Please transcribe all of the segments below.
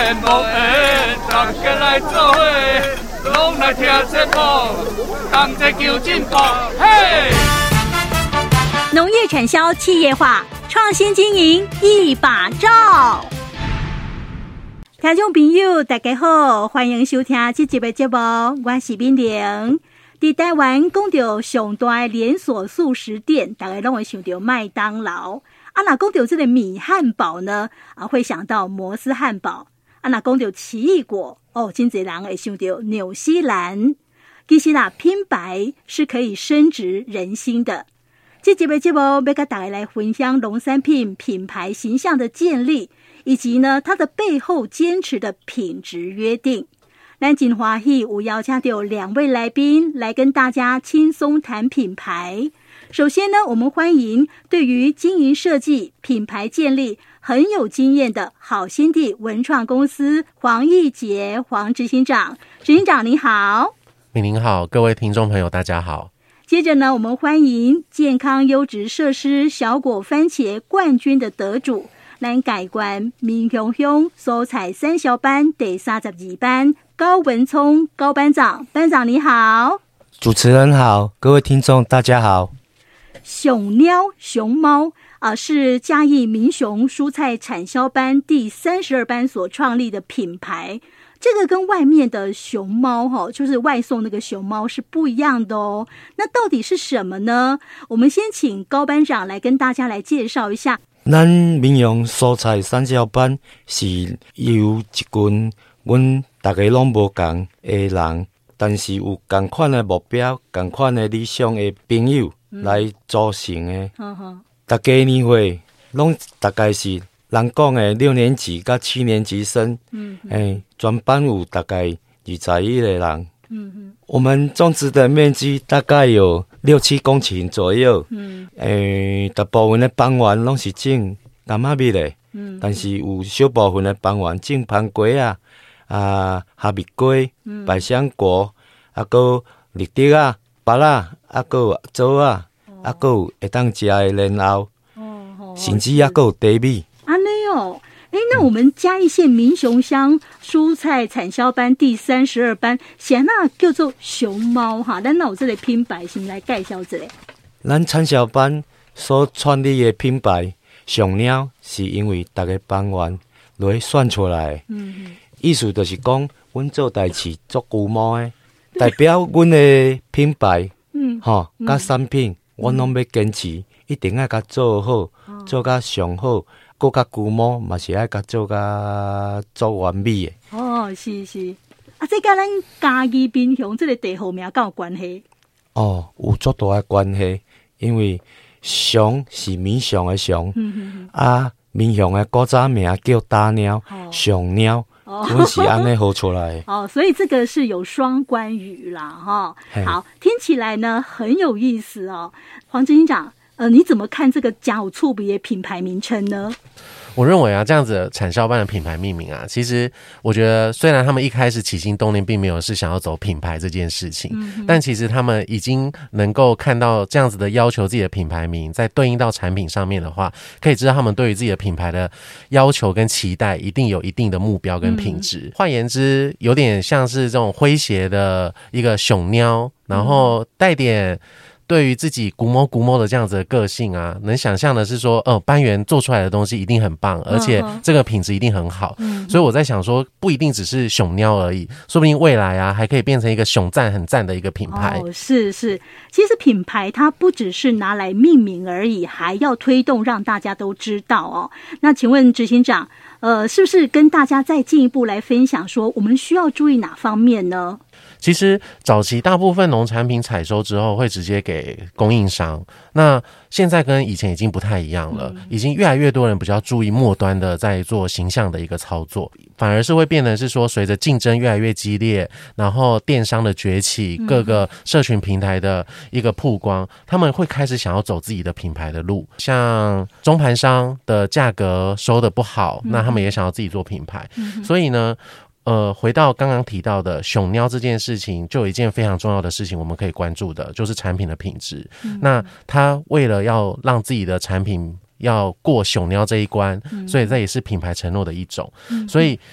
缘无缘，大家来做伙，拢来听节目，同齐求进步，嘿！ 农业产销企业化，创新经营一把照。听众朋友大家好，欢迎收听这集的节目，我是敏玲。在台湾讲到上大的连锁素食店，大家都会想到麦当劳。那讲到这个米汉堡呢，会想到摩斯汉堡。那讲到奇异果，真侪人会想到纽西兰。其实品牌是可以深植人心的。这集的节目要跟大家来分享农产品品牌形象的建立，以及呢它的背后坚持的品质约定。咱真欢喜有邀请到两位来宾来跟大家轻松谈品牌。首先呢，我们欢迎对于经营设计、品牌建立很有经验的好心地文创公司黄义杰黄执行长。执行长你好。 您好，各位听众朋友大家好。 接着呢，我们欢迎健康优质设施小果番茄冠军的得主，咱改观民雄乡蔬菜三小班第32班高文聪高班长。班长你好。 主持人好，各位听众大家好。 熊喵熊猫是嘉义民雄蔬菜产销班第32班所创立的品牌。这个跟外面的熊猫就是外送那个熊猫是不一样的哦。那到底是什么呢？我们先请高班长来跟大家来介绍一下。 咱民雄蔬菜产销班是由一群阮大家拢无同的人，但是有同款的目标、同款的理想的朋友来组成的。大家年会拢大概是人讲的6年级到7年级生。全班有大概21个人。我们种植的面积大概有6-7公頃左右。大部分的班园拢是种柑仔蜜的。但是有小部分的班园种番果哈密瓜、百香果，还有绿竹芭乐，还有枣还有会当食的莲藕，甚至还有茶米。 那我们嘉义县民雄乡蔬菜产销班第32班，现在叫做熊猫哈，咱有这个品牌先来介绍一下。 咱产销班所创立的品牌熊猫，是因为大家班员来选出来的。意思就是讲，阮做代志足龟毛的，代表阮的品牌，甲产品，阮拢要坚持，一定要甲做好，做甲上好。搁较规模嘛是爱甲做甲做完美的。 是这甲咱嘉义民雄这个地号名有关系？ 有足大的关系，因为熊是民雄的熊，民雄的古早名叫大鸟、熊鸟，阮是安尼好出来的。 所以这个是有双关语啦，好，听起来呢很有意思哦。黄执行长。你怎么看这个真有趣味的品牌名称呢？ 我认为这样子的产销班的品牌命名其实我觉得虽然他们一开始起心动念并没有是想要走品牌这件事情，但其实他们已经能够看到这样子的要求自己的品牌名在对应到产品上面的话，可以知道他们对于自己的品牌的要求跟期待一定有一定的目标跟品质。换言之，有点像是这种诙谐的一个熊喵，然后带点对于自己古摸的这样子的个性能想象的是说班员做出来的东西一定很棒，而且这个品质一定很好。所以我在想说不一定只是熊喵而已，说不定未来还可以变成一个熊赞很赞的一个品牌。 是其实品牌它不只是拿来命名而已，还要推动让大家都知道那请问执行长是不是跟大家再进一步来分享说我们需要注意哪方面呢？ 其实早期大部分农产品采收之后会直接给供应商，那现在跟以前已经不太一样了，已经越来越多人比较注意末端的在做形象的一个操作，反而是会变成是说随着竞争越来越激烈，然后电商的崛起，各个社群平台的一个曝光，他们会开始想要走自己的品牌的路，像中盘商的价格收得不好，那他们也想要自己做品牌，所以呢回到刚刚提到的熊喵这件事情，就有一件非常重要的事情我们可以关注的，就是产品的品质。那他为了要让自己的产品要过熊喵这一关，所以这也是品牌承诺的一种。所以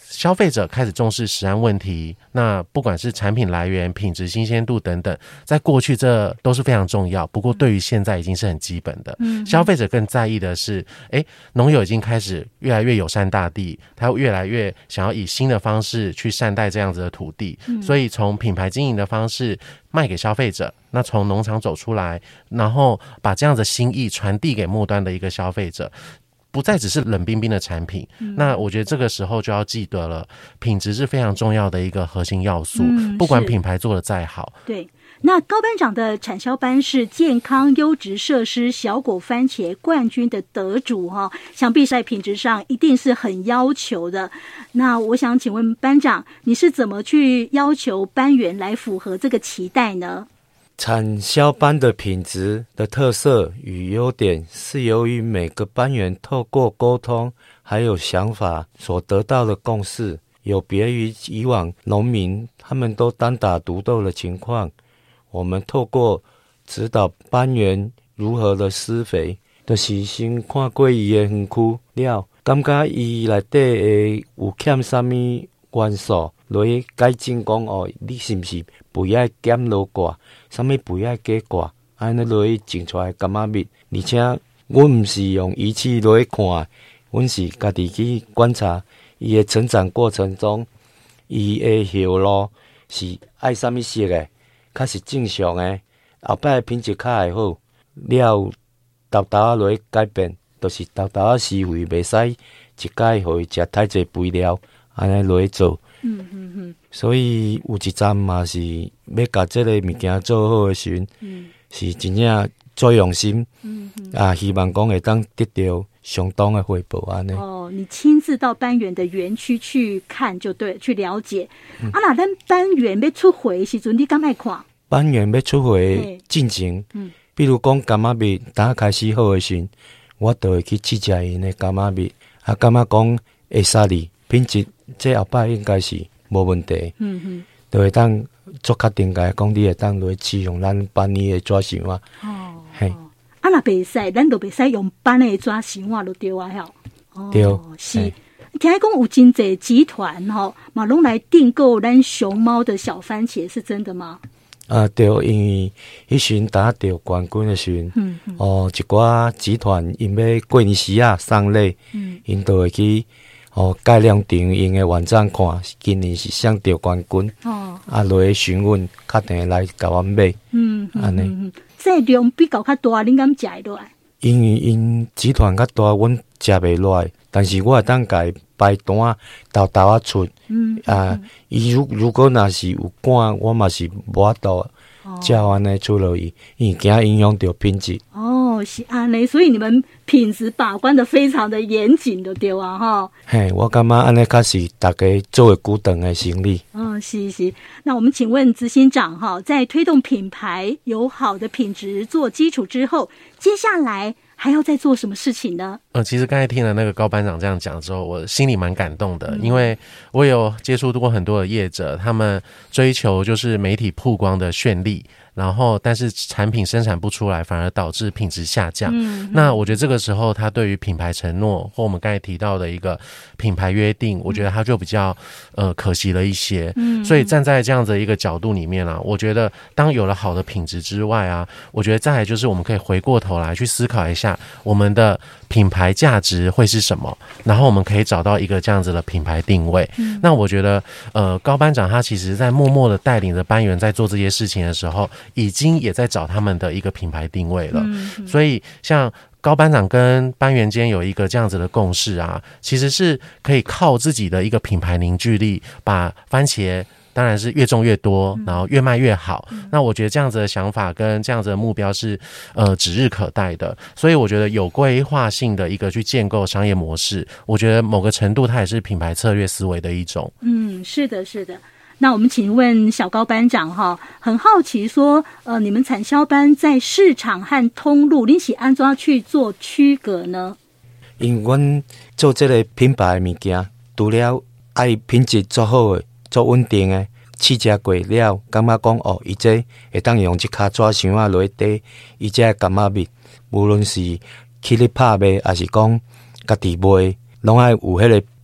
消费者开始重视食安问题，那不管是产品来源、品质、新鲜度等等，在过去这都是非常重要，不过对于现在已经是很基本的。消费者更在意的是，农友已经开始越来越友善大地，他越来越想要以新的方式去善待这样子的土地，所以从品牌经营的方式卖给消费者，那从农场走出来，然后把这样的心意传递给末端的一个消费者，不再只是冷冰冰的产品。那我觉得这个时候就要记得了，品质是非常重要的一个核心要素，不管品牌做得再好。 对，那高班长的产销班是健康优质设施小果番茄冠军的得主想必在品质上一定是很要求的。那我想请问班长，你是怎么去要求班员来符合这个期待呢？ 产销班的品质的特色与优点是由于每个班员透过沟通还有想法所得到的共识，有别于以往农民他们都单打独斗的情况。我们透过指导班员如何的施肥，就是先看过伊的园区了，感觉伊内底会有欠什么元素，落去改进讲你是不是肥爱减落挂，什么肥爱加挂，安尼落去种出来柑仔蜜。而且阮不是用仪器落去看，阮是家己去观察伊的成长过程中，伊的叶路是爱什么色的，较是正常的，后摆的品质较会好。了豆豆仔落去改变，就是豆豆仔施肥袂使一摆互伊食太侪肥料，安尼落去做。所以有一站嘛是要甲这个物件做好的时候，是真正做用心，希望讲会当得到相当的回报安尼。 你亲自到班员的园区去看就对，去了解。那咱班员要出回的时阵，你敢爱看？ 班员要出回进前，比如讲柑仔蜜打开始好的时候，我就会去试食因的柑仔蜜，感觉讲会杀哩，品质这后摆应该是无问题。就会当做确定个讲，你会当落去使用咱班里的纸箱啊。嘿， 若袂使，咱就袂使用班的纸箱啊，就对啊， 对， 是。听讲有真侪集团嘛拢来订购咱熊猫的小番茄，是真的吗？ 对，因为迄时打到冠军的时候，一寡集团因要过年时送礼，因都会去改良场因的网站看，今年是谁得冠军，落去询问，确定来甲阮买，安尼。 这量比较较大，恁敢食会落来？ 因为因集团较大，阮食袂落来，但是我会当甲伊排单豆豆出，伊如果若是有赶，我嘛是无法度照安尼出落去，因为惊影响到品质。 是安尼，所以你们品质把关的非常的严谨的对啊嘿，我感觉安尼较是大家做的久长的生意。 是。那我们请问执行长在推动品牌有好的品质做基础之后，接下来还要再做什么事情呢？ 其实刚才听了那个高班长这样讲之后，我心里蛮感动的，因为我有接触过很多的业者，他们追求就是媒体曝光的绚丽，然后但是产品生产不出来，反而导致品质下降。那我觉得这个时候他对于品牌承诺或我们刚才提到的一个品牌约定，我觉得他就比较可惜了一些。所以站在这样的一个角度里面我觉得当有了好的品质之外我觉得再来就是我们可以回过头来去思考一下我们的品牌价值会是什么，然后我们可以找到一个这样子的品牌定位。那我觉得高班长他其实在默默的带领着班员在做这些事情的时候，已经也在找他们的一个品牌定位了。所以像高班长跟班员间有一个这样子的共识其实是可以靠自己的一个品牌凝聚力，把番茄当然是越种越多，然后越卖越好。那我觉得这样子的想法跟这样子的目标是指日可待的。所以我觉得有规划性的一个去建构商业模式，我觉得某个程度它也是品牌策略思维的一种。 是的。那我们请问小高班长很好奇说你们产销班在市场和通路你是安怎去做区隔呢？ 因为阮做这个品牌的物件，除了爱品质做好的做稳定的，试食过了感觉讲伊这会当用一卡纸箱落去底，伊这柑仔蜜无论是去咧拍卖还是讲家己卖，拢爱有迄个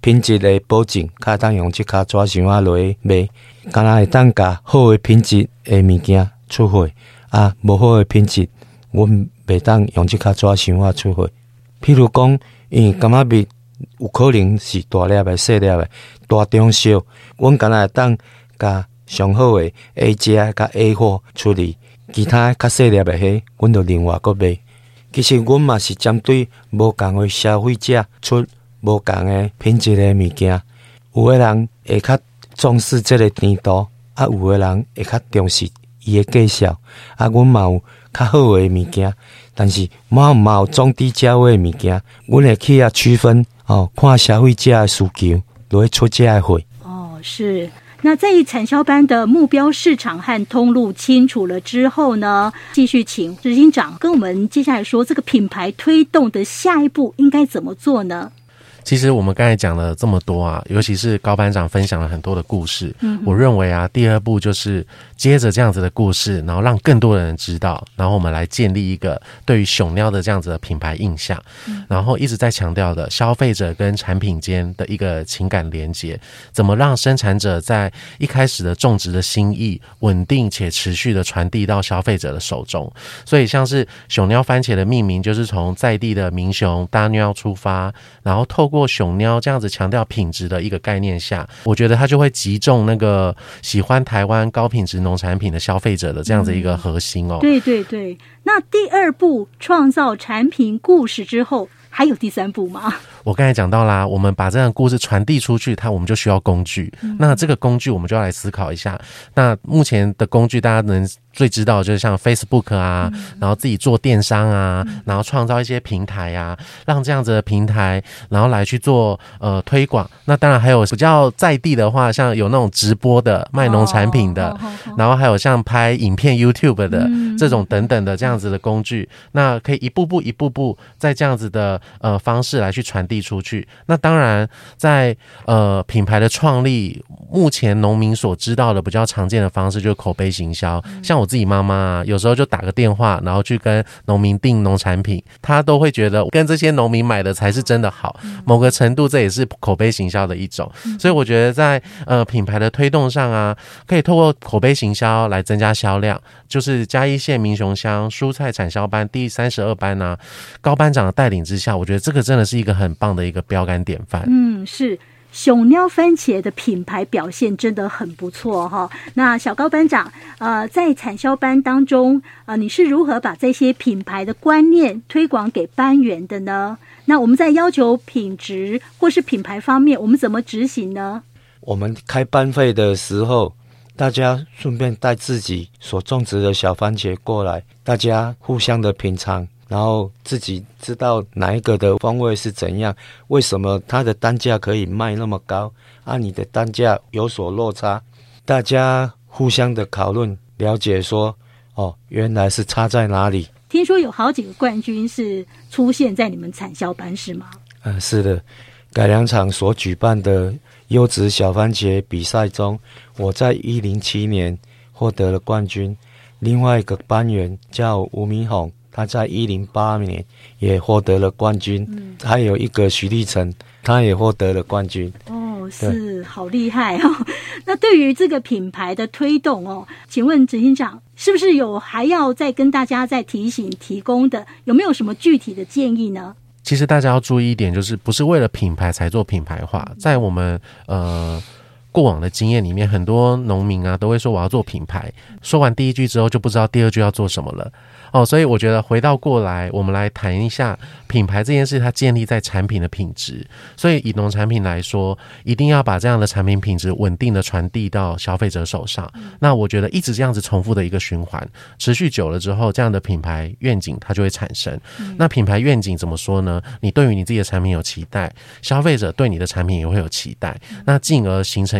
品质的保证，较当用即卡纸箱仔落去卖，敢若会当甲好的品质的物件出货，无好的品质，阮袂当用即卡纸箱仔出货。譬如讲，因为柑仔蜜有可能是大粒的、细粒的、大中小，阮敢若会当甲上好的 A 加甲 A 货处理，其他较细粒的迄，阮就另外搁卖。其实阮嘛是针对无共的消费者出无共的品质的物件，有的人会较重视这个甜度，有的人会较重视伊的介绍，阮嘛有较好的物件，但是嘛有中低价位的物件，阮会去区分看消费者的需求，落去出这个货。 是。那在产销班的目标市场和通路清楚了之后呢，继续请执行长跟我们接下来说，这个品牌推动的下一步应该怎么做呢？ 其实我们刚才讲了这么多啊，尤其是高班长分享了很多的故事，我认为啊，第二步就是接着这样子的故事，然后让更多的人知道，然后我们来建立一个对于熊喵的这样子的品牌印象，然后一直在强调的消费者跟产品间的一个情感连结，怎么让生产者在一开始的种植的心意稳定且持续的传递到消费者的手中。所以像是熊喵番茄的命名就是从在地的民雄大喵出发，然后透过熊喵这样子强调品质的一个概念下，我觉得它就会击中那个喜欢台湾高品质农产品的消费者的这样子一个核心哦。 对对对，那第二步创造产品故事之后，还有第三步吗？ 我刚才讲到啦，我们把这样的故事传递出去，我们就需要工具。那这个工具我们就要来思考一下。那目前的工具大家能最知道就是像 Facebook 啊，然后自己做电商啊，然后创造一些平台啊，让这样子的平台然后来去做推广。那当然还有比较在地的话，像有那种直播的卖农产品的，然后还有像拍影片 YouTube 的这种等等的这样子的工具，那可以一步步在这样子的方式来去传递出去。那当然在品牌的创立，目前农民所知道的比较常见的方式就是口碑行销。像我自己妈妈啊，有时候就打个电话，然后去跟农民订农产品，她都会觉得跟这些农民买的才是真的好。某个程度这也是口碑行销的一种。所以我觉得在品牌的推动上啊，可以透过口碑行销来增加销量。就是嘉义县民雄乡蔬菜产销班第32班啊，高班长的带领之下，我觉得这个真的是一个很棒的一个标杆典范。 是。熊喵番茄的品牌表现真的很不错哈。那小高班长，在产销班当中，你是如何把这些品牌的观念推广给班员的呢？那我们在要求品质或是品牌方面，我们怎么执行呢？ 我们开班会的时候，大家顺便带自己所种植的小番茄过来，大家互相的品尝。然后自己知道哪一个的风味是怎样，为什么它的单价可以卖那么高，你的单价有所落差，大家互相的讨论了解说，原来是差在哪里。 听说有好几个冠军是出现在你们产销班是吗？ 是的，改良场所举办的优质小番茄比赛中，我在107年获得了冠军。另外一个班员叫吴明宏，他在108年也获得了冠军。还有一个徐立成，他也获得了冠军。 是好厉害哦。那对于这个品牌的推动请问执行长是不是有还要再跟大家再提醒提供的，有没有什么具体的建议呢？ 其实大家要注意一点，就是不是为了品牌才做品牌化。在我们过往的经验里面，很多农民啊都会说我要做品牌，说完第一句之后就不知道第二句要做什么了。所以我觉得回到过来，我们来谈一下品牌这件事，它建立在产品的品质。所以以农产品来说，一定要把这样的产品品质稳定的传递到消费者手上。那我觉得一直这样子重复的一个循环，持续久了之后，这样的品牌愿景它就会产生。那品牌愿景怎么说呢？你对于你自己的产品有期待，消费者对你的产品也会有期待，那进而形成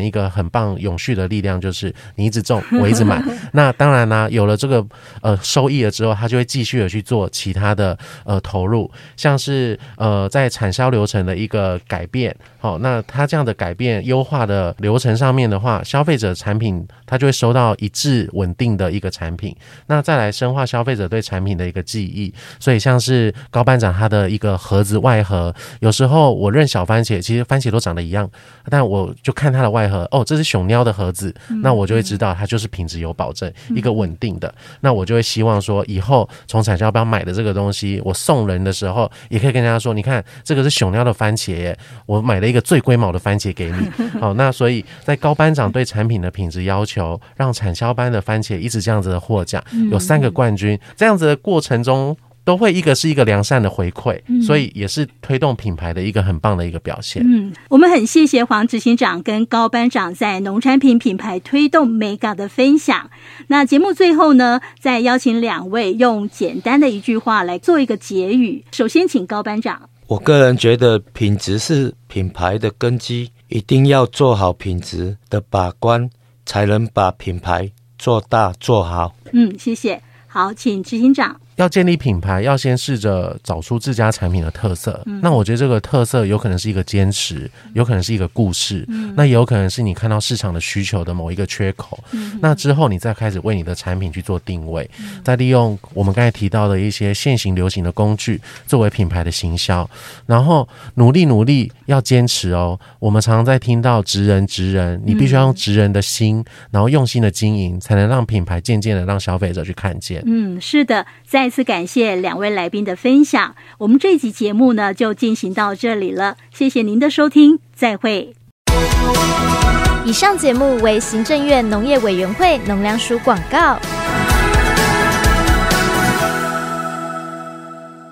一个很棒永续的力量，就是你一直种我一直买那当然啦，有了这个收益了之后，他就会继续的去做其他的投入，像是在产销流程的一个改变，那他这样的改变优化的流程上面的话，消费者产品他就会收到一致稳定的一个产品，那再来深化消费者对产品的一个记忆。所以像是高班长他的一个盒子外盒，有时候我认小番茄，其实番茄都长得一样，但我就看它的外盒，这是熊喵的盒子，那我就会知道它就是品质有保证，一个稳定的，那我就会希望说以后从产销班买的这个东西，我送人的时候也可以跟大家说，你看这个是熊喵的番茄耶，我买了一个最龟毛的番茄给你好，那所以在高班长对产品的品质要求，让产销班的番茄一直这样子的获奖，有3个冠军，这样子的过程中都会是一个良善的回馈，所以也是推动品牌的一个很棒的一个表现。 我们很谢谢黄执行长跟高班长在农产品品牌推动Mega的分享。那节目最后呢，再邀请2位用简单的一句话来做一个结语。首先请高班长。 我个人觉得品质是品牌的根基，一定要做好品质的把关，才能把品牌做大做好。 谢谢。好，请执行长。 要建立品牌，要先试着找出自家产品的特色。那我觉得这个特色有可能是一个坚持，有可能是一个故事，那也有可能是你看到市场的需求的某一个缺口。那之后你再开始为你的产品去做定位，再利用我们刚才提到的一些现行流行的工具作为品牌的行销，然后努力要坚持哦。我们常常在听到职人，你必须要用职人的心，然后用心的经营，才能让品牌渐渐的让消费者去看见。 是的，再次感谢2位来宾的分享。我们这一集节目呢就进行到这里了，谢谢您的收听，再会。 以上节目为行政院农业委员会农粮署广告。